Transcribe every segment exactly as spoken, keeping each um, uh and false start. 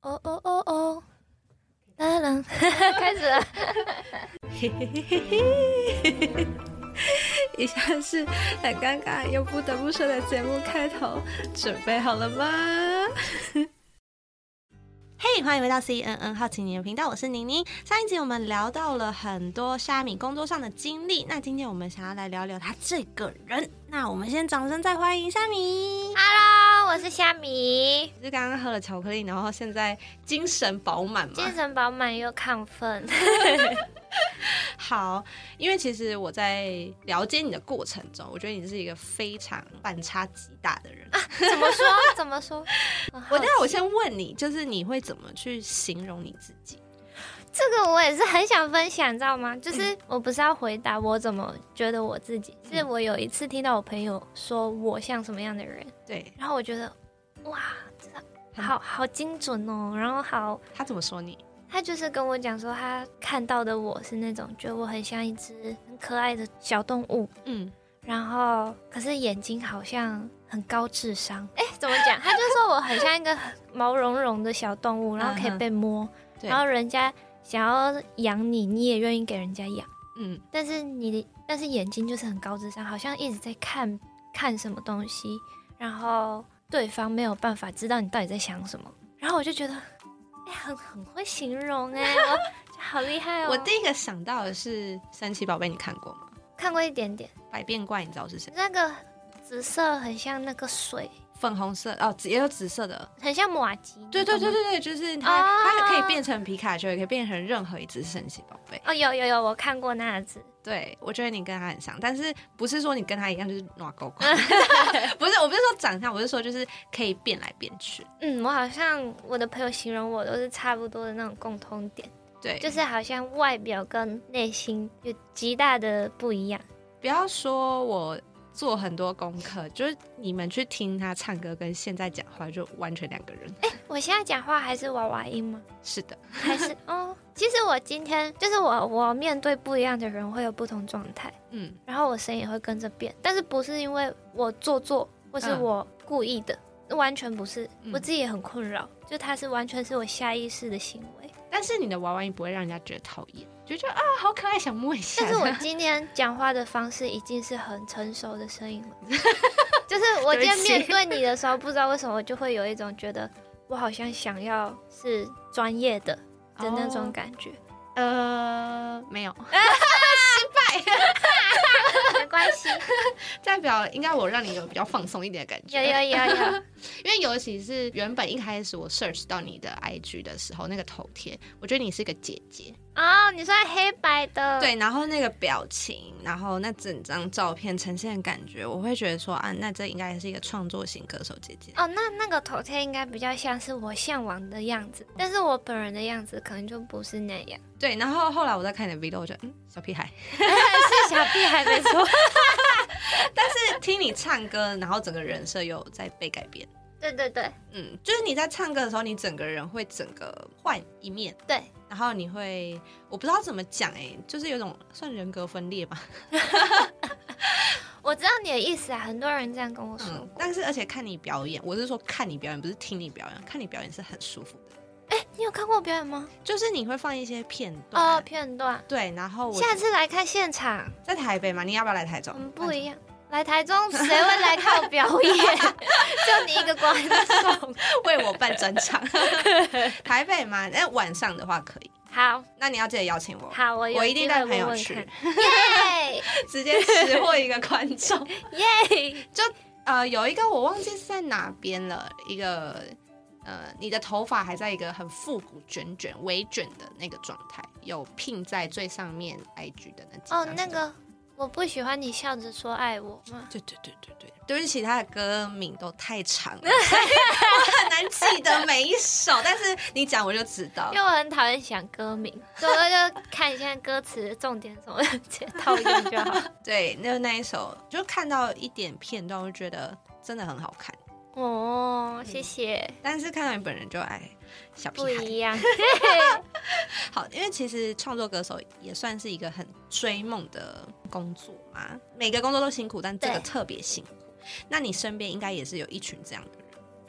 哦哦哦哦，啦啦，开始了。 嘿嘿嘿嘿嘿，以下是很尴尬又不得不说的节目开头，准备好了吗？嘿、hey, 欢迎回到 C N N 好奇你的频道，我是宁宁。上一集我们聊到了很多虾米工作上的经历，那今天我们想要来聊聊他这个人。那我们先掌声再欢迎虾米。 Hello， 我是虾米。 是刚刚喝了巧克力，然后现在精神饱满吗？ 精神饱满又亢奋。 好，因为其实我在了解你的过程中，我觉得你是一个非常反差极大的人。 啊、怎么说？怎么说？ 我那我先问你，就是你会怎么去形容你自己？ 这个我也是很想分享，你知道吗？就是我不是要回答我怎么觉得我自己，嗯、是我有一次听到我朋友说我像什么样的人， 对， 然后我觉得哇，这好好精准哦，然后好， 他怎么说你？ 他就是跟我讲说，他看到的我是那种觉得我很像一只很可爱的小动物，嗯，然后可是眼睛好像很高智商，哎，怎么讲？他就说我很像一个毛茸茸的小动物，然后可以被摸，然后人家想要养你，你也愿意给人家养，嗯，但是你但是眼睛就是很高智商，好像一直在看看什么东西，然后对方没有办法知道你到底在想什么，然后我就觉得。欸、很很会形容哎、欸，我好厉害哦！ 我第一个想到的是神奇宝贝，你看过吗？ 看过一点点。 百变怪你知道是谁？ 那个紫色很像那个水， 粉红色哦，也有紫色的， 很像麻糬。 对对对对对，就是它，哦、它可以变成皮卡丘，也可以变成任何一只神奇宝贝。 哦，有有有，我看过那只。 对，我觉得你跟他很像，但是不是说你跟他一样就是暖勾勾，不是，我不是说长相，我是说就是可以变来变去。 嗯，我好像我的朋友形容我都是差不多的那种共通点， 对， 就是好像外表跟内心有极大的不一样。 不要说我做很多功课，就是你们去听他唱歌跟现在讲话就完全两个人。 哎、欸，我现在讲话还是娃娃音吗？ 是的， 还是哦。其实我今天就是我，我面对不一样的人会有不同状态，嗯，然后我声音也会跟着变，但是不是因为我做作或是我故意的，嗯、完全不是，嗯、我自己也很困扰，就它是完全是我下意识的行为。 但是你的娃娃音不会让人家觉得讨厌，就觉得啊好可爱，想摸一下。 但是我今天讲话的方式已经是很成熟的声音了，就是我今天面对你的时候，不知道为什么我就会有一种觉得我好像想要是专业的。的那种感觉， 哦、呃，没有，失败， 没关系， 代表应该我让你有比较放松一点的感觉， 有有有有， 因为尤其是原本一开始我 search 到你的 I G 的时候，那个头贴，我觉得你是个姐姐哦，你说黑白的， 对，然后那个表情，然后那整张照片呈现的感觉，我会觉得说啊，那这应该是一个创作型歌手姐姐哦，那那个头贴应该比较像是我向往的样子，但是我本人的样子可能就不是那样。 对，然后后来我在看你的 video， 我觉得嗯，小屁孩是小屁孩没错， 但是听你唱歌，然后整个人设有在被改变。 对对对， 嗯，就是你在唱歌的时候，你整个人会整个换一面， 对， 然后你会，我不知道怎么讲哎、欸，就是有种算人格分裂吧。 我知道你的意思啊，很多人这样跟我说、嗯。 但是而且看你表演，我是说看你表演，不是听你表演，看你表演是很舒服的。 哎、欸，你有看过我表演吗？ 就是你会放一些片段哦，片段， 对，然后我下次来看现场， 在台北嘛，你要不要来台中？ 嗯，不一样。来台中谁会来看我表演？就你一个观众为我办专场。台北嘛，哎，晚上的话可以。 好， 那你要记得邀请我。 好，我我一定带朋友去。 耶！ 直接识获一个观众。 耶！ 就呃有一个我忘记是在哪边了，一个呃你的头发还在一个很复古卷卷微卷的那个状态，有拼在最上面 I G 的那几张。 哦，那个。我不喜欢你笑着说爱我吗？ 对对对对对，对不起，他的歌名都太长了，我很难记得每一首，但是你讲我就知道。 因为我很讨厌想歌名，所以我就看一下歌词重点什么，直接套用就好。 对，那那一首就看到一点片段，我就觉得真的很好看。 哦，谢谢。 嗯、但是看到你本人就哎，小屁孩不一样。 好，因为其实创作歌手也算是一个很追梦的工作嘛，每个工作都辛苦，但这个特别辛苦。那你身边应该也是有一群这样的人。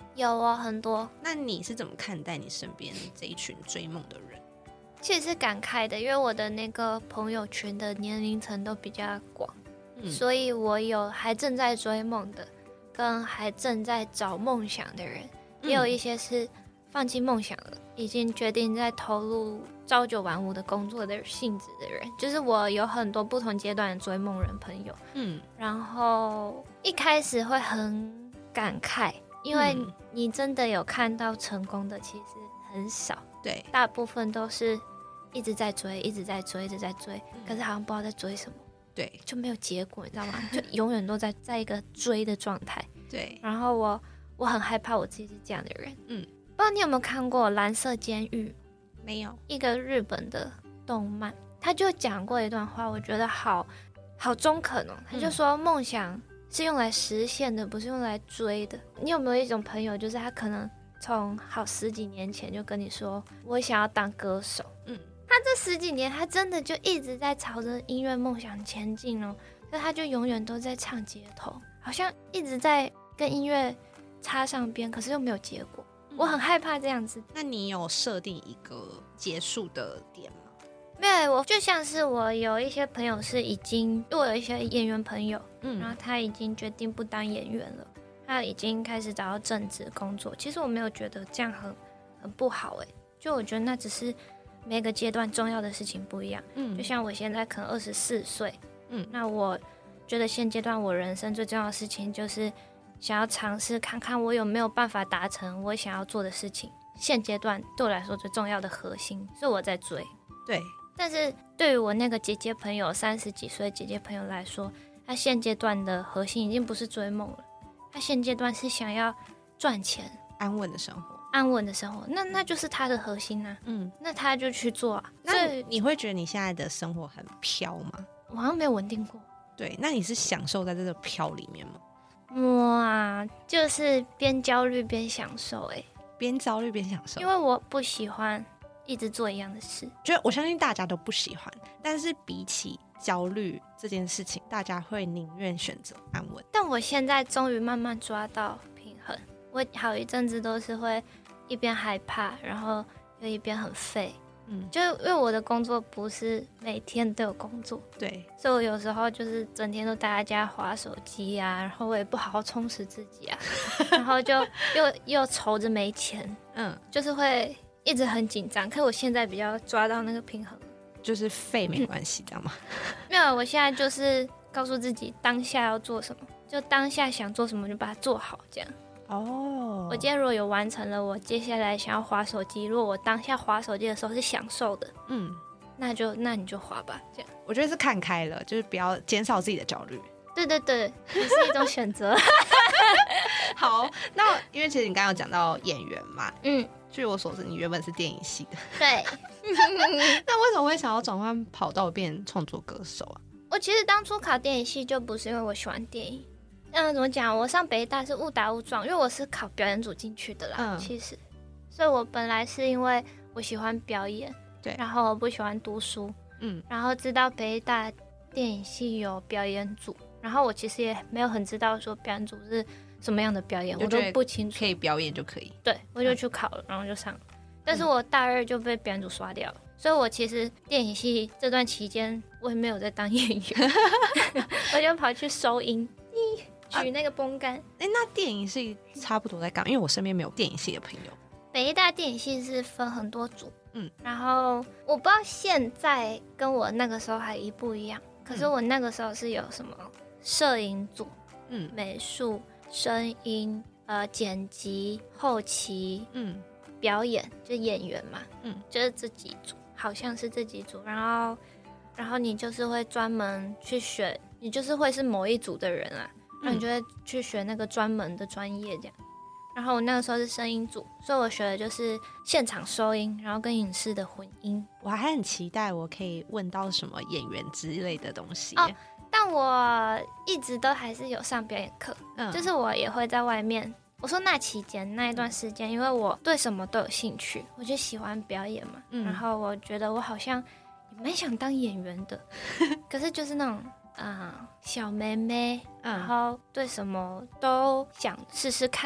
有哦，很多。 那你是怎么看待你身边这一群追梦的人？ 其实是感慨的，因为我的那个朋友圈的年龄层都比较广，嗯，所以我有还正在追梦的，跟还正在找梦想的人，也有一些是放弃梦想了，已经决定在投入朝九晚五的工作的性质的人，就是我有很多不同阶段的追梦人朋友，嗯，然后一开始会很感慨，因为你真的有看到成功的其实很少，对，大部分都是一直在追，一直在追，一直在追，可是好像不知道在追什么，对，就没有结果，你知道吗？就永远都在在一个追的状态，对。然后我我很害怕我自己是这样的人，嗯，不知道你有没有看过《蓝色监狱》？没有，一个日本的动漫，他就讲过一段话，我觉得好好中肯哦。他就说，梦想是用来实现的，不是用来追的。你有没有一种朋友，就是他可能从好十几年前就跟你说，我想要当歌手，嗯，他这十几年他真的就一直在朝着音乐梦想前进哦，所以他就永远都在唱街头，好像一直在跟音乐插上边，可是又没有结果。我很害怕这样子。那你有设定一个结束的点吗？没有，我就像是我有一些朋友是已经，因为我有一些演员朋友，嗯，然后他已经决定不当演员了，他已经开始找到正职工作。其实我没有觉得这样很很不好哎，就我觉得那只是每个阶段重要的事情不一样。嗯，就像我现在可能二十四岁，嗯，那我觉得现阶段我人生最重要的事情就是想要尝试看看我有没有办法达成我想要做的事情，现阶段对我来说最重要的核心，所以我在追。对，但是对于我那个姐姐朋友，三十几岁的姐姐朋友来说，她现阶段的核心已经不是追梦了，她现阶段是想要赚钱，安稳的生活，安稳的生活，那那就是她的核心啊。嗯，那她就去做啊。那你会觉得你现在的生活很飘吗？我好像没有稳定过。对，那你是享受在这个飘里面吗？哇，就是边焦虑边享受，哎，边焦虑边享受，因为我不喜欢一直做一样的事，觉得我相信大家都不喜欢，但是比起焦虑这件事情，大家会宁愿选择安稳。但我现在终于慢慢抓到平衡，我好一阵子都是会一边害怕，然后又一边很废。嗯，就因为我的工作不是每天都有工作，对，所以我有时候就是整天都待在家滑手机啊，然后我也不好好充实自己啊，然后就又又愁着没钱，嗯，就是会一直很紧张。可是我现在比较抓到那个平衡，就是废没关系，这样吗？没有，我现在就是告诉自己当下要做什么，就当下想做什么就把它做好，这样。哦，我今天如果有完成了，我接下来想要滑手机，如果我当下滑手机的时候是享受的，嗯，那就那你就滑吧，这样。我觉得是看开了，就是不要减少自己的焦虑。对对对，也是一种选择。好，那因为其实你刚刚有讲到演员嘛，嗯，据我所知，你原本是电影系的，对。那为什么会想要转换跑道变创作歌手啊？我其实当初考电影系就不是因为我喜欢电影。嗯，怎么讲？我上北大是误打误撞，因为我是考表演组进去的啦。嗯，其实，所以我本来是因为我喜欢表演，对，然后我不喜欢读书，嗯，然后知道北大电影系有表演组，然后我其实也没有很知道说表演组是什么样的表演，我都不清楚。可以表演就可以。对，我就去考了，然后就上了。但是我大二就被表演组刷掉了，所以我其实电影系这段期间我也没有在当演员，我就跑去收音。举那个绷杆，哎、啊，那电影系差不多在干嘛？因为我身边没有电影系的朋友。北大电影系是分很多组，嗯，然后我不知道现在跟我那个时候还一不一样，可是我那个时候是有什么摄影组，嗯，美术、声音、呃剪辑、后期，嗯，表演就演员嘛，嗯，就是这几组，好像是这几组，然后然后你就是会专门去选，你就是会是某一组的人啊。然后你就会去学那个专门的专业这样，然后我那个时候是声音组，所以我学的就是现场收音，然后跟影视的混音。我还很期待我可以问到什么演员之类的东西哦，但我一直都还是有上表演课，嗯，就是我也会在外面。我说那期间那一段时间，因为我对什么都有兴趣，我就喜欢表演嘛，嗯，然后我觉得我好像也蛮想当演员的，可是就是那种。啊、嗯，小妹妹，然后对什么都想试试看，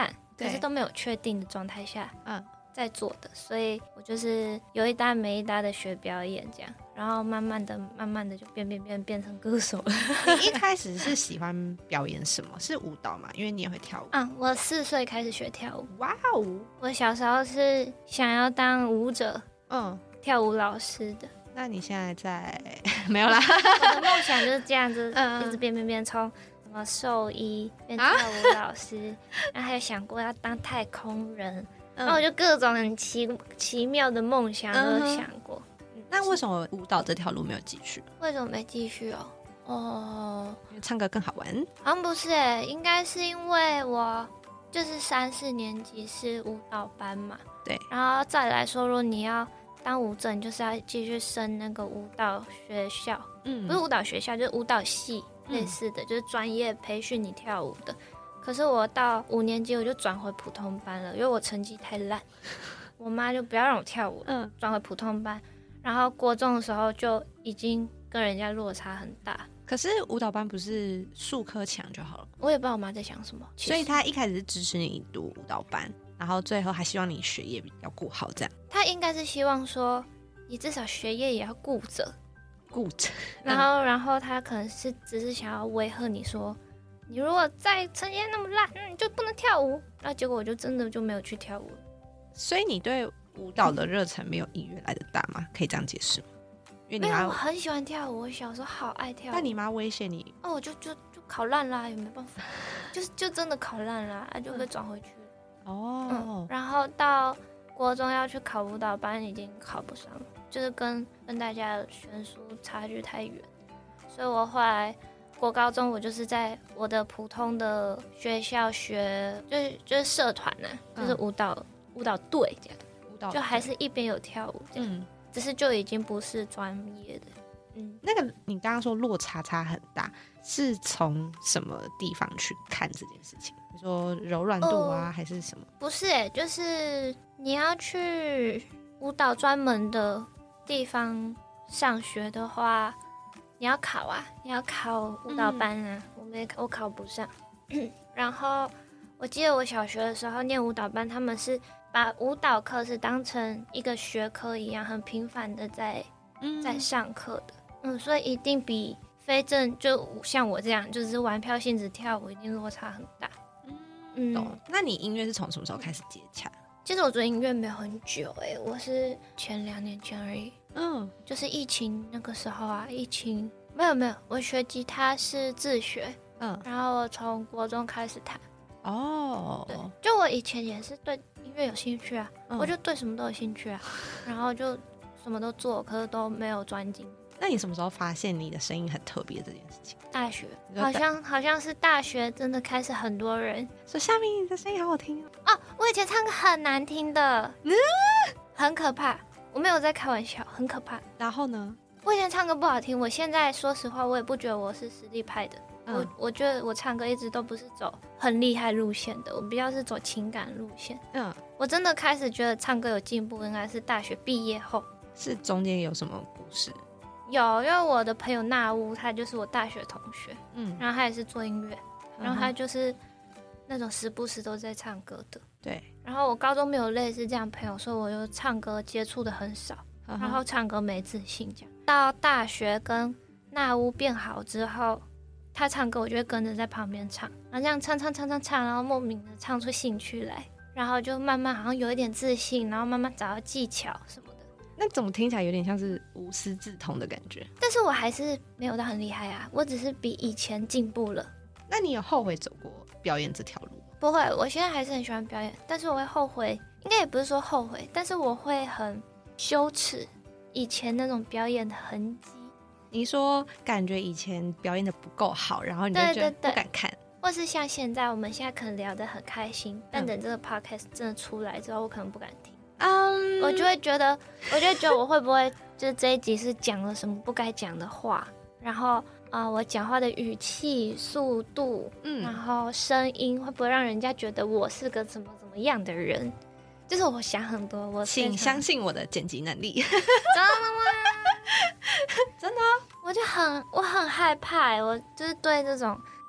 可是都没有确定的状态下嗯在做的，所以我就是有一搭没一搭的学表演这样，然后慢慢的慢慢的就变变变变成歌手了。 你一开始是喜欢表演什么？是舞蹈吗？因为你也会跳舞。 嗯，我四岁开始学跳舞。 哇哦！ 我小时候是想要当舞者，嗯，跳舞老师的。 那你现在在没有啦？ 我的梦想就是这样子，一直变变变，从什么兽医变跳舞老师，啊、然后还有想过要当太空人。然后我就各种很奇奇妙的梦想都有想过、嗯。 那为什么舞蹈这条路没有继续？ 为什么没继续哦？哦， 因为唱歌更好玩。 好像不是哎，应该是因为我就是三四年级是舞蹈班嘛。 对。 然后再来说，如果你要当舞者，你就是要继续升那个舞蹈学校，嗯，不是舞蹈学校，就是舞蹈系类似的，嗯、就是专业培训你跳舞的。可是我到五年级我就转回普通班了，因为我成绩太烂，我妈就不要让我跳舞了，嗯，转回普通班。然后国中的时候就已经跟人家落差很大。 可是舞蹈班不是数科强就好了？ 我也不知道我妈在想什么。 所以她一开始是支持你读舞蹈班，然后最后还希望你学业要顾好这样。 她应该是希望说你至少学业也要顾着， 顾着。 然后，然后她可能是只是想要威吓你说。你如果再成绩那么烂，嗯，就不能跳舞。那结果我就真的就没有去跳舞了。 所以你对舞蹈的热忱没有音乐来的大吗？可以这样解释吗？因为你妈， 我很喜欢跳舞，我小时候好爱跳舞。 那你妈威胁你？ 哦，我就就就考烂啦，也没办法，就是就真的考烂啦，啊，就被转回去了。哦、嗯，然后到国中要去考舞蹈班，已经考不上了，就是跟跟大家的悬殊差距太远，所以我后来。国高中我就是在我的普通的学校学，就是就是社团呢、啊，就是舞蹈、嗯、舞蹈队这样，舞蹈就还是一边有跳舞这样、嗯，只是就已经不是专业的。嗯， 那个你刚刚说落差差很大，是从什么地方去看这件事情？你说柔软度啊、呃，还是什么？ 不是哎、欸，就是你要去舞蹈专门的地方上学的话。你要考啊，你要考舞蹈班啊，嗯、我没我考不上。然后我记得我小学的时候念舞蹈班，他们是把舞蹈课是当成一个学科一样，很频繁的在、嗯、在上课的。嗯，所以一定比非正就像我这样，就是玩票性质跳舞，一定落差很大。 嗯，懂。那你音乐是从什么时候开始接洽？ 其实我做音乐没有很久哎、欸，我是前两年前而已。嗯，就是疫情那个时候啊，疫情没有没有，我学吉他是自学，嗯，然后我从国中开始弹。哦，对，就我以前也是对音乐有兴趣啊，嗯、我就对什么都有兴趣啊，然后就什么都做，可是都没有专精。 那你什么时候发现你的声音很特别这件事情？ 大学，好像好像是大学，真的开始很多人说夏明你的声音好好听哦。 哦，我以前唱歌很难听的，嗯，很可怕。我没有在开玩笑，很可怕。 然后呢？ 我以前唱歌不好听，我现在说实话，我也不觉得我是实力派的。嗯、我我觉得我唱歌一直都不是走很厉害路线的，我比较是走情感路线。嗯，我真的开始觉得唱歌有进步，应该是大学毕业后。 是中间有什么故事？ 有，因为我的朋友纳乌，他就是我大学同学，嗯，然后他也是做音乐，然后他就是那种时不时都在唱歌的。 对， 然后我高中没有类似这样朋友，所以我就唱歌接触的很少，然后唱歌没自信这样。到大学跟纳乌变好之后，他唱歌我就会跟着在旁边唱，然后这样唱唱唱唱唱，然后莫名的唱出兴趣来，然后就慢慢好像有一点自信，然后慢慢找到技巧什么的。 那怎么听起来有点像是无师自通的感觉？ 但是我还是没有到很厉害啊，我只是比以前进步了。 那你有后悔走过表演这条路？ 不会，我现在还是很喜欢表演，但是我会后悔，应该也不是说后悔，但是我会很羞耻以前那种表演的痕迹。 你说感觉以前表演的不够好，然后你就觉得不敢看，对对对， 或是像现在，我们现在可能聊得很开心，但等这个 podcast 真的出来之后，我可能不敢听。嗯，我就会觉得，我就会觉得我会不会就是这一集是讲了什么不该讲的话，然后啊、呃，我讲话的语气、速度，嗯，然后声音会不会让人家觉得我是个怎么怎么样的人？就是我想很多，我请相信我的剪辑能力。 真的吗？ 真的、啊， 我就很我很害怕，我就是对这种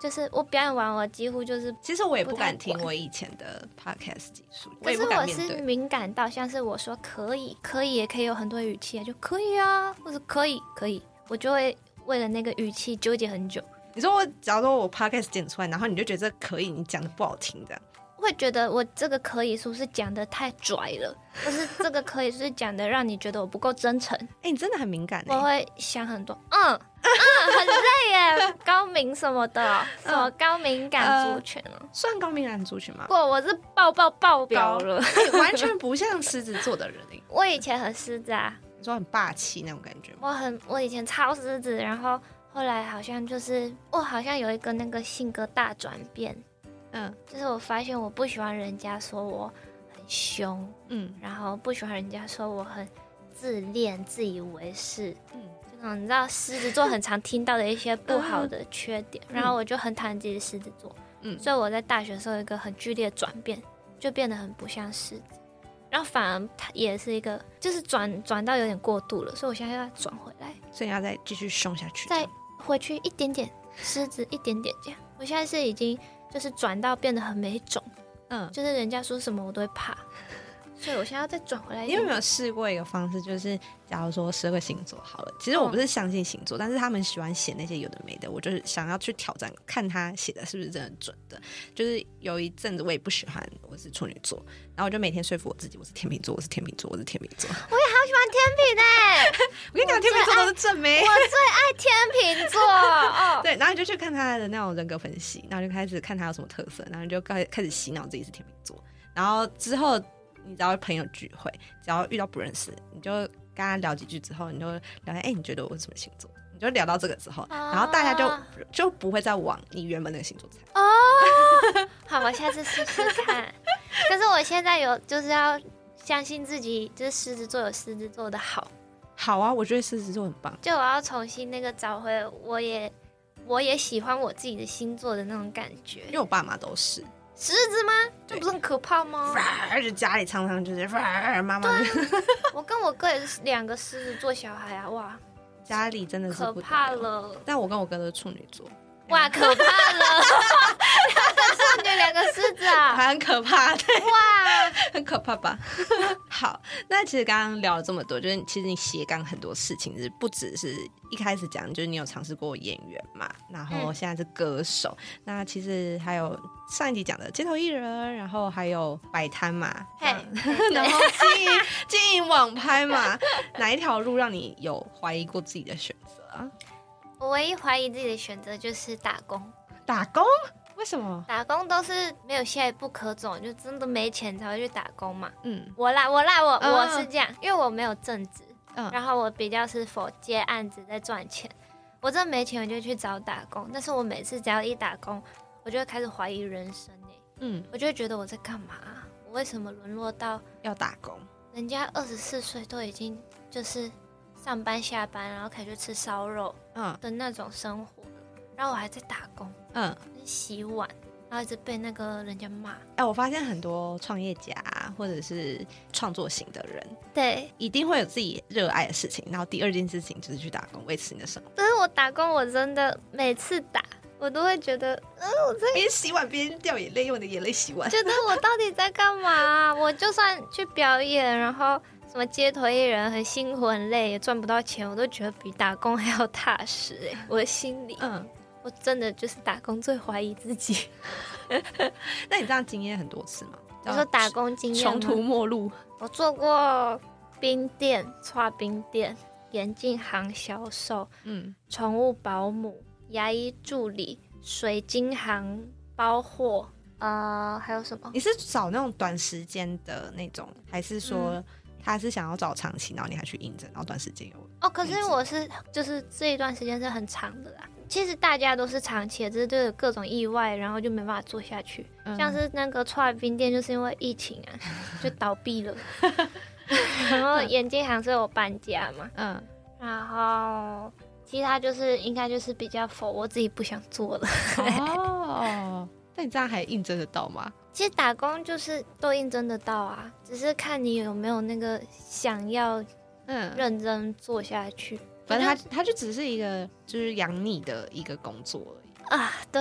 就是我表演完我几乎就是， 其实我也不敢听我以前的 podcast 集数， 可是我是敏感到像是我说可以可以也可以有很多语气啊，就可以啊，或者可以可以，我就会为了那个语气纠结很久。 你说我假如说我 podcast 剪出来，然后你就觉得这可以，你讲的不好听这样， 会觉得我这个可以是不是讲的太拽了，或是这个可以是不是讲的让你觉得我不够真诚？ 哎、欸，你真的很敏感、欸。 我会想很多，嗯嗯，很累耶，高敏什么的，什么高敏感族群哦、呃， 算高敏感族群吗？ 不，我是爆爆爆高了， 欸、完全不像狮子座的人、欸。 我以前很狮子啊， 你说很霸气那种感觉吗？ 我很，我以前超狮子，然后后来好像就是我好像有一个那个性格大转变。嗯，就是我发现我不喜欢人家说我很凶，嗯，然后不喜欢人家说我很自恋、自以为是，嗯，这种你知道狮子座很常听到的一些不好的缺点，嗯、然后我就很讨厌自己是狮子座，嗯，所以我在大学的时候有一个很剧烈的转变，就变得很不像狮子，然后反而它也是一个就是转转到有点过度了，所以我现在要转回来， 所以你要再继续凶下去， 再回去一点点狮子，一点点这样，我现在是已经。就是转到变得很没种，嗯，就是人家说什么我都会怕，所以我现在要再转回来一点。 你有没有试过一个方式，就是假如说十二个星座好了，其实我不是相信星座，嗯、但是他们喜欢写那些有的没的，我就是想要去挑战，看他写的是不是真的准的。就是有一阵子我也不喜欢我是处女座，然后我就每天说服我自己我是天秤座，我是天秤座，我是天秤座。 我也好喜欢天秤哎、欸！ 我跟你讲，天秤座都是正妹， 我最爱天秤座哦。 对，然后你就去看他的那种人格分析，然后就开始看他有什么特色，然后你就开开始洗脑自己是天秤座，然后之后。你只要朋友聚会，只要遇到不认识，你就跟他聊几句之后，你就聊哎、欸，你觉得我是什么星座？你就聊到这个之后，啊、然后大家就就不会再往你原本那个星座猜。 哦，好，我下次试试看。可是我现在有就是要相信自己，就是狮子座有狮子座的好。 好啊，我觉得狮子座很棒。 就我要重新那个找回，我也我也喜欢我自己的星座的那种感觉。 因为我爸妈都是。 狮子吗？这不是很可怕吗？ 而且家里常常就是妈妈。 我跟我哥也是两个狮子座小孩啊，哇， 家里真的是可怕了。 但我跟我哥都是处女座， 哇，可怕了！两个处女，两个狮子啊， 还很可怕，对， 哇， 很可怕吧？好，那其实刚刚聊了这么多，就是其实你斜杠很多事情，就是不只是一开始讲，就是你有尝试过演员嘛，然后现在是歌手，嗯、那其实还有上一集讲的街头艺人，然后还有摆摊嘛，嗯、然后经营经营网拍嘛，哪一条路让你有怀疑过自己的选择啊？ 我唯一怀疑自己的选择就是打工。 打工？为什么？ 打工都是没有下一步可走，就真的没钱才会去打工嘛。 嗯， 我啦，我啦，我、嗯、我是这样，因为我没有正职，嗯，然后我比较是否接案子在赚钱。我真的没钱，我就去找打工。但是我每次只要一打工，我就会开始怀疑人生哎、欸，嗯，我就会觉得我在干嘛？我为什么沦落到要打工？ 人家二十四岁都已经就是上班下班，然后可以去吃烧肉，嗯的那种生活。然后我还在打工，嗯，洗碗，然后一直被那个人家骂。 哎、欸，我发现很多创业家或者是创作型的人， 对， 一定会有自己热爱的事情，然后第二件事情就是去打工维持你的生活。 但是我打工，我真的每次打，我都会觉得，嗯、呃，我在边洗碗边掉眼泪，用我的眼泪洗碗， 觉得我到底在干嘛？我就算去表演，然后什么街头艺人很辛苦很累，也赚不到钱，我都觉得比打工还要踏实哎、欸，我的心里，嗯。我真的就是打工最怀疑自己。 那你这样经验很多次吗？ 你说打工经验穷途末路。 我做过冰店、刷冰店、眼镜行销售、嗯，宠物保姆、牙医助理、水晶行包货，呃，还有什么？ 你是找那种短时间的那种，还是说他是想要找长期，然后你还去应征，然后短时间有？ 哦，可是我是就是这一段时间是很长的啦。其实大家都是长期的，只是都有各种意外，然后就没办法做下去。嗯、像是那个串冰店，就是因为疫情啊，就倒闭了。然后眼镜行是有搬家嘛，嗯，然后其他就是应该就是比较否我自己不想做了。 哦，那你这样还应征得到吗？ 其实打工就是都应征得到啊，只是看你有没有那个想要嗯认真做下去。 反正他他就只是一个就是养你的一个工作而已。 啊，对。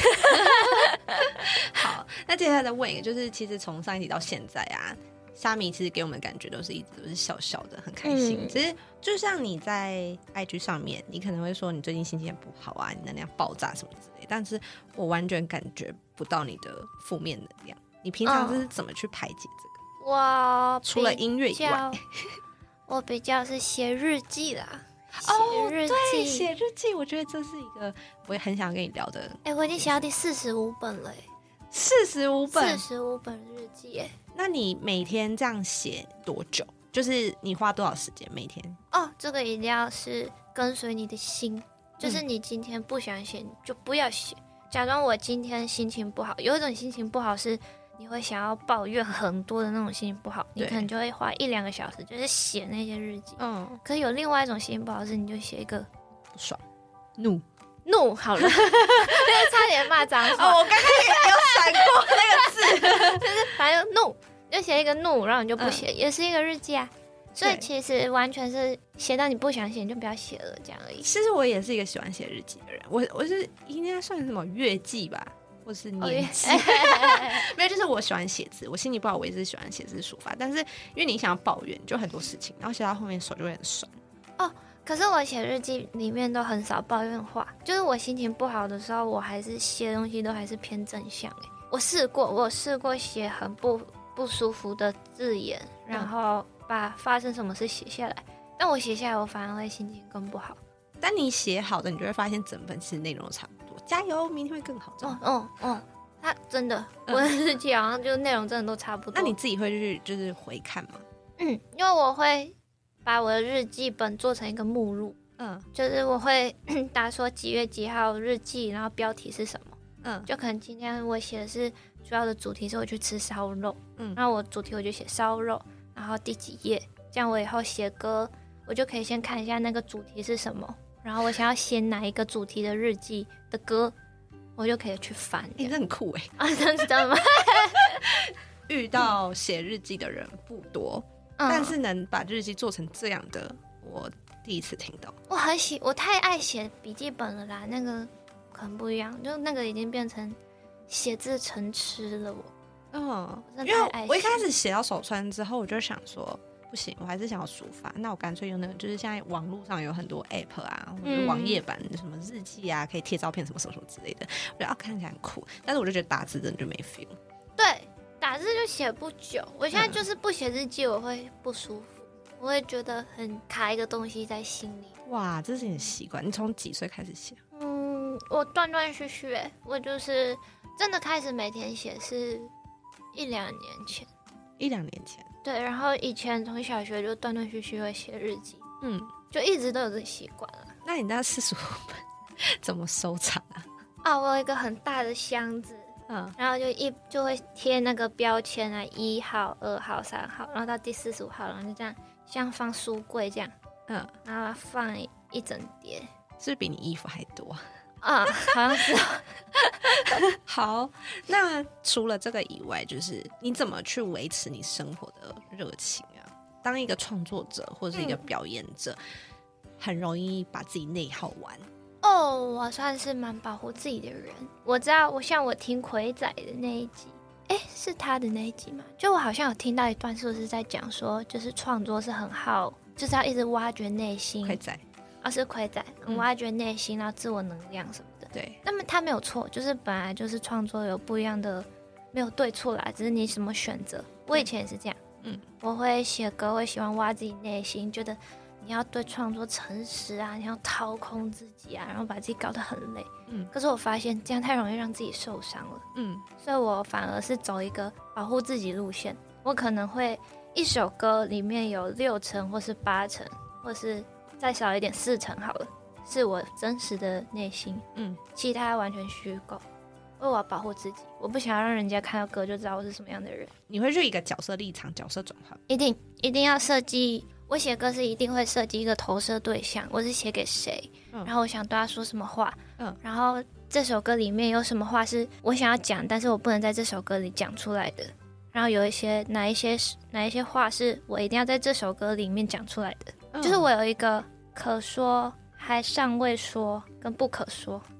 好，那接下来再问一个，就是其实从上一集到现在啊，虾米其实给我们的感觉都是一直都是笑笑的，很开心。其实、嗯、就像你在 I G 上面，你可能会说你最近心情不好啊，你能量爆炸什么之类，但是我完全感觉不到你的负面能量。你平常是怎么去排解这个？ 我除了音乐以外， 我比较是写日记啦。 哦，对，写日记，我觉得这是一个我也很想跟你聊的。 哎、欸，我已经写到第四十五本了、欸， 四十五本， 四十五本日记、欸， 那你每天这样写多久？就是你花多少时间每天？ 哦，这个一定要是跟随你的心，就是你今天不想写，你就不要写。假装我今天心情不好，有一种心情不好是你会想要抱怨很多的那种心情不好，你可能就会花一两个小时就是写那些日记。嗯，可是有另外一种心情不好是，你就写一个不爽、怒、 怒好了，差点骂脏话。 哦，我刚刚也有闪过那个字， 就是反正怒，就写一个怒，然后你就不写，嗯、也是一个日记啊。所以其实完全是写到你不想写，你就不要写了，这样而已。 其实我也是一个喜欢写日记的人，我我是应该算什么月记吧。或是年纪，没有，就是我喜欢写字，我心情不好，我也是喜欢写字抒发。但是因为你想要抱怨，就很多事情，然后写到后面手就会很酸。 哦，可是我写日记里面都很少抱怨话，就是我心情不好的时候，我还是写东西都还是偏正向。哎，我试过，我试过写很不不舒服的字眼，然后把发生什么事写下来，但我写下来，我反而会心情更不好。 但你写好的，你就会发现整本其实内容都差不多。加油，明天会更好。 哦哦哦，他真的，我的日记好像就内容真的都差不多。 那你自己会去就是回看吗？ 嗯，因为我会把我的日记本做成一个目录，嗯，就是我会打说几月几号日记，然后标题是什么，嗯，就可能今天我写的是主要的主题是我去吃烧肉，嗯，然后我主题我就写烧肉，然后第几页，这样我以后写歌我就可以先看一下那个主题是什么。然后我想要写哪一个主题的日记的歌，我就可以去翻。 你、欸、这很酷哎、 欸！啊，真的吗？ 遇到写日记的人不多、嗯，但是能把日记做成这样的，我第一次听到。 我很喜，我太爱写笔记本了啦，那个可能不一样，就那个已经变成写字成痴了我。嗯，我真的太爱写。 因为我一开始写到手酸之后，我就想说。不行，我还是想要抒发，那我干脆用那个，就是现在网络上有很多 app 啊，或者网页版什么日记啊，可以贴照片什么什么什么之类的，我觉得、啊、看起来很酷，但是我就觉得打字真的就没 feel。 对，打字就写不久，我现在就是不写日记，我会不舒服，我会觉得很卡一个东西在心里。 哇，这是你的习惯，你从几岁开始写？ 嗯，我断断续续，哎，我就是真的开始每天写是一两年前， 一两年前。 对，然后以前从小学就断断续续会写日记，嗯，就一直都有这个习惯了。 那你那四十五本怎么收藏啊？ 啊，我有一个很大的箱子，嗯，然后就一就会贴那个标签啊，一号、二号、三号，然后到第四十五号，然后就这样像放书柜这样，嗯，然后放一整叠， 是不是比你衣服还多？ 啊，好像是。 好，那除了这个以外，就是你怎么去维持你生活的热情啊？当一个创作者或是一个表演者，嗯、很容易把自己内耗完。 哦，我算是蛮保护自己的人。我知道，我像我听魁仔的那一集，哎，是他的那一集吗？就我好像有听到一段，是不是在讲说，就是创作是很耗，就是要一直挖掘内心。 魁仔。 哦，是魁仔，很挖掘内心，然后自我能量什么的。 对， 那么他没有错，就是本来就是创作有不一样的，没有对错啦，只是你什么选择。我以前也是这样，嗯，我会写歌，会喜欢挖自己内心，觉得你要对创作诚实啊，你要掏空自己啊，然后把自己搞得很累。嗯，可是我发现这样太容易让自己受伤了。嗯，所以我反而是走一个保护自己路线。我可能会一首歌里面有六成或是八成，或是再少一点四成好了，是我真实的内心，嗯，其他完全虚构，因为我要保护自己，我不想要让人家看到歌就知道我是什么样的人。 你会去一个角色立场、角色转换？ 一定一定要设计，我写歌是一定会设计一个投射对象，我是写给谁、嗯，然后我想对他说什么话，嗯，然后这首歌里面有什么话是我想要讲，但是我不能在这首歌里讲出来的，然后有一些哪一些哪一些话是我一定要在这首歌里面讲出来的。就是我有一个可说还尚未说跟不可说。 你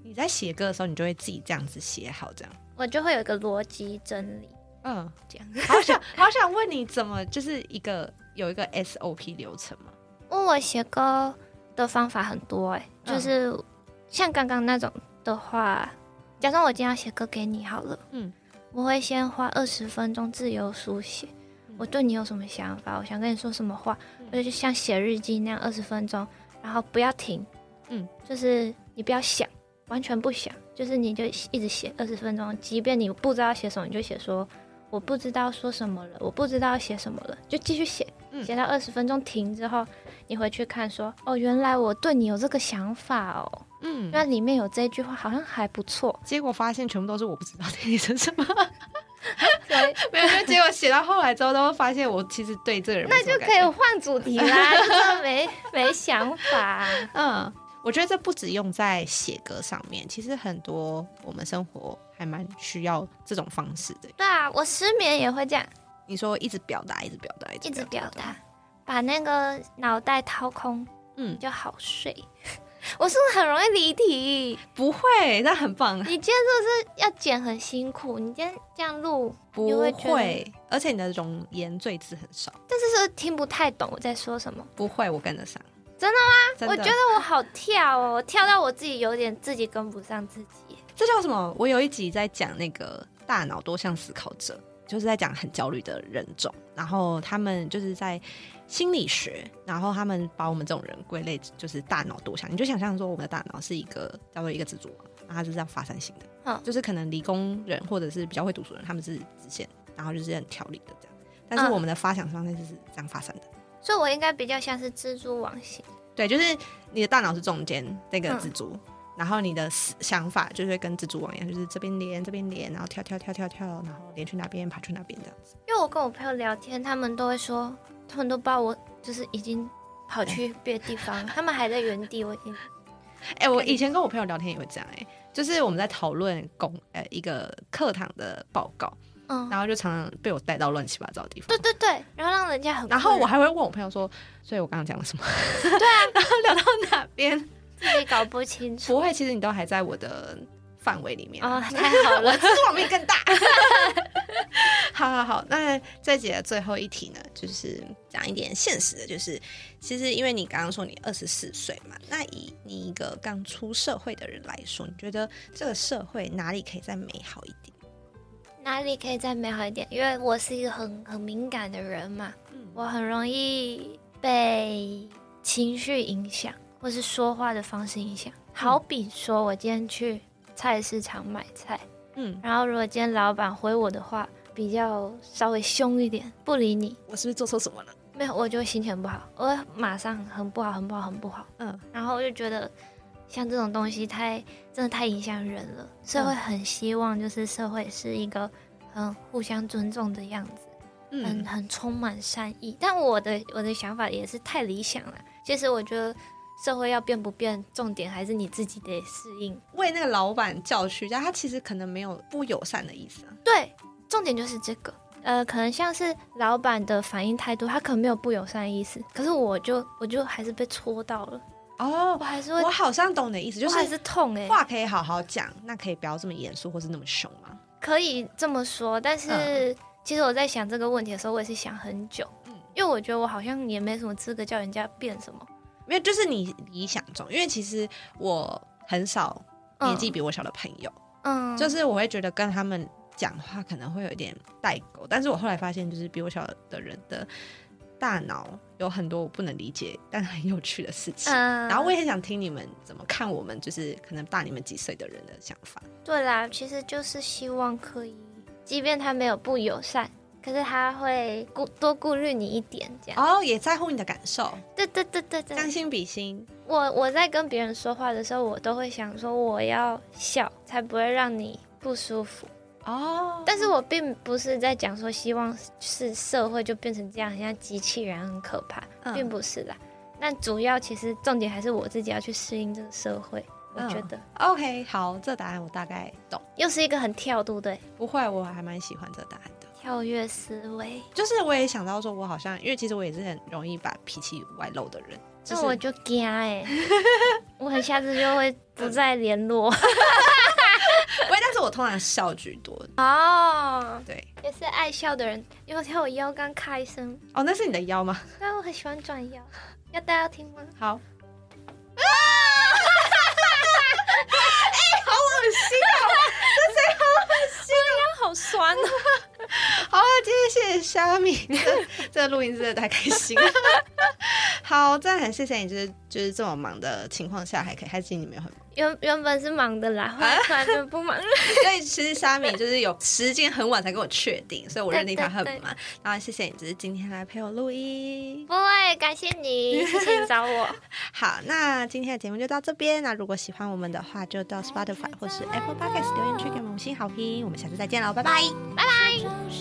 你在写歌的时候，你就会自己这样子写好，这样我就会有一个逻辑整理。 嗯， 这样好想好想问你怎么就是一个有一个 S O P 流程吗？ 问我写歌的方法很多哎、欸，就是像刚刚那种的话，假设我今天要写歌给你好了，嗯，我会先花二十分钟自由书写，嗯、我对你有什么想法，我想跟你说什么话，嗯、就像写日记那样二十分钟，然后不要停，嗯，就是你不要想，完全不想，就是你就一直写二十分钟，即便你不知道写什么，你就写说。我不知道说什么了，我不知道写什么了，就继续写，嗯、写到二十分钟停之后，你回去看说，哦，原来我对你有这个想法哦，嗯，那里面有这句话好像还不错， 结果发现全部都是我不知道对你说什么，对，没有，就结果写到后来之后，都会发现我其实对这个人那就可以换主题啦，就是没没想法， 嗯。我觉得这不只用在写歌上面，其实很多我们生活还蛮需要这种方式的。 对啊，我失眠也会这样。 你说一直表达，一直表达， 一直表达，把那个脑袋掏空，嗯，就好睡。我是不是很容易离题？ 不会，那很棒。 你今天是不是要剪很辛苦？你今天这样录不会，而且你的容颜赘字很少。 但是是不是听不太懂我在说什么？ 不会，我跟得上。 真的吗？真的，我觉得我好跳哦，跳到我自己有点自己跟不上自己。 这叫什么？我有一集在讲那个大脑多项思考者，就是在讲很焦虑的人种，然后他们就是在心理学，然后他们把我们这种人归类就是大脑多项。你就想象说我们的大脑是一个叫做一个蜘蛛网，然后它就是这样发散型的，嗯，就是可能理工人或者是比较会读书的人，他们是直线，然后就是很条理的这样，但是我们的发想方式是这样发散的。 所以我应该比较像是蜘蛛网型， 对，就是你的大脑是中间那个蜘蛛、嗯，然后你的想法就是会跟蜘蛛网一样，就是这边连这边连，然后跳跳跳跳跳，然后连去哪边爬去哪边这样子。 因为我跟我朋友聊天，他们都会说，他们都不知道我就是已经跑去别的地方，欸、他们还在原地，我已经。 哎、欸，我以前跟我朋友聊天也会这样、欸，哎，就是我们在讨论公呃一个课堂的报告。嗯，然后就常常被我带到乱七八糟的地方。 对对对，然后让人家很。 然后我还会问我朋友说，所以我刚刚讲了什么？对啊，然后聊到哪边自己搞不清楚。 不会，其实你都还在我的范围里面。 哦，太好了， 蜘蛛网面更大。好好好，那这节的最后一题呢，就是讲一点现实的，就是其实因为你刚刚说你二十四岁嘛，那以你一个刚出社会的人来说，你觉得这个社会哪里可以再美好一点？ 哪里可以再美好一点？因为我是一个很很敏感的人嘛、嗯，我很容易被情绪影响，或是说话的方式影响。嗯、好比说，我今天去菜市场买菜，嗯，然后如果今天老板回我的话比较稍微凶一点，不理你， 我是不是做错什么了？ 没有，我就心情很不好，我会马上很不好，很不好，很不好。嗯，然后我就觉得。像这种东西太真的太影响人了，社会很希望就是社会是一个很互相尊重的样子，嗯、很很充满善意。但我的我的想法也是太理想了。其实我觉得社会要变不变，重点还是你自己得适应。 为那个老板叫屈，但他其实可能没有不友善的意思啊。 对，重点就是这个。呃，可能像是老板的反应态度，他可能没有不友善的意思，可是我就我就还是被戳到了。 哦，我还是会，我好像懂你的意思，就是还是痛哎、欸， 话可以好好讲，那可以不要这么严肃或是那么凶吗？ 可以这么说，但是、嗯、其实我在想这个问题的时候，我也是想很久，嗯，因为我觉得我好像也没什么资格叫人家变什么， 因为就是你理想中，因为其实我很少年纪比我小的朋友，嗯，就是我会觉得跟他们讲话可能会有一点代沟，但是我后来发现，就是比我小的人的大脑有很多我不能理解但很有趣的事情、嗯、然后我也很想听你们怎么看我们就是可能大你们几岁的人的想法。 对啦，其实就是希望可以即便他没有不友善，可是他会顾多顾虑你一点这样。 哦，也在乎你的感受。 对对对对对， 将心比心。 我我在跟别人说话的时候，我都会想说我要笑才不会让你不舒服哦，但是我并不是在讲说希望是社会就变成这样，很像机器人很可怕、嗯、并不是啦。那主要其实重点还是我自己要去适应这个社会、嗯、我觉得 OK 好，这答案我大概懂。 又是一个很跳，对不对？ 不会，我还蛮喜欢这个答案的。 跳跃思维， 就是我也想到说，我好像因为其实我也是很容易把脾气外露的人， 那、就是、我就惊哎、欸，我很下次就会不再联络。 喂，但是我通常笑居多哦， 对， 也是爱笑的人。有天我腰刚咔一声， 哦，那是你的腰吗？ 对，我很喜欢转腰，要大家听吗？ 好。哎、欸，好恶心哦！这谁好恶心哦， 腰好酸哦。 好了，今天谢谢虾米，这这个录音真的太开心了。好，真的很谢谢你，就是就是这么忙的情况下还可以，还是你们有很忙。 原原本是忙的啦，后来突然就不忙了。 所以其实虾米就是有时间很晚才跟我确定，所以我认定他很忙。对对对，然后谢谢你，就是今天来陪我录音。 不会，感谢你，谢谢你找我。 好，那今天的节目就到这边。那如果喜欢我们的话，就到 Spotify 或是 Apple Podcast 留言区给我们五星好评。我们下次再见喽，拜拜， 拜拜。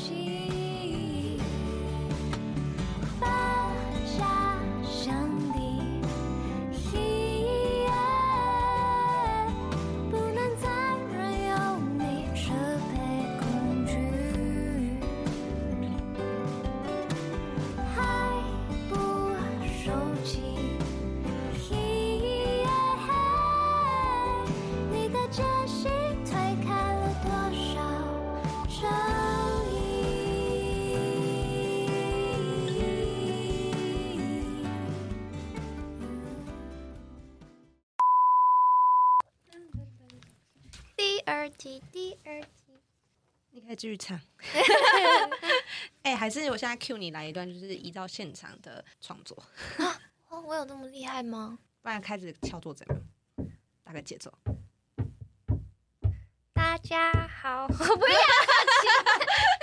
第二集，第二集， 你可以继续唱。哎、欸，还是我现在 cue 你来一段，就是依照现场的创作。 啊，哦，我有那么厉害吗？ 不然开始敲作怎么样？大概节奏。 大家好，我不要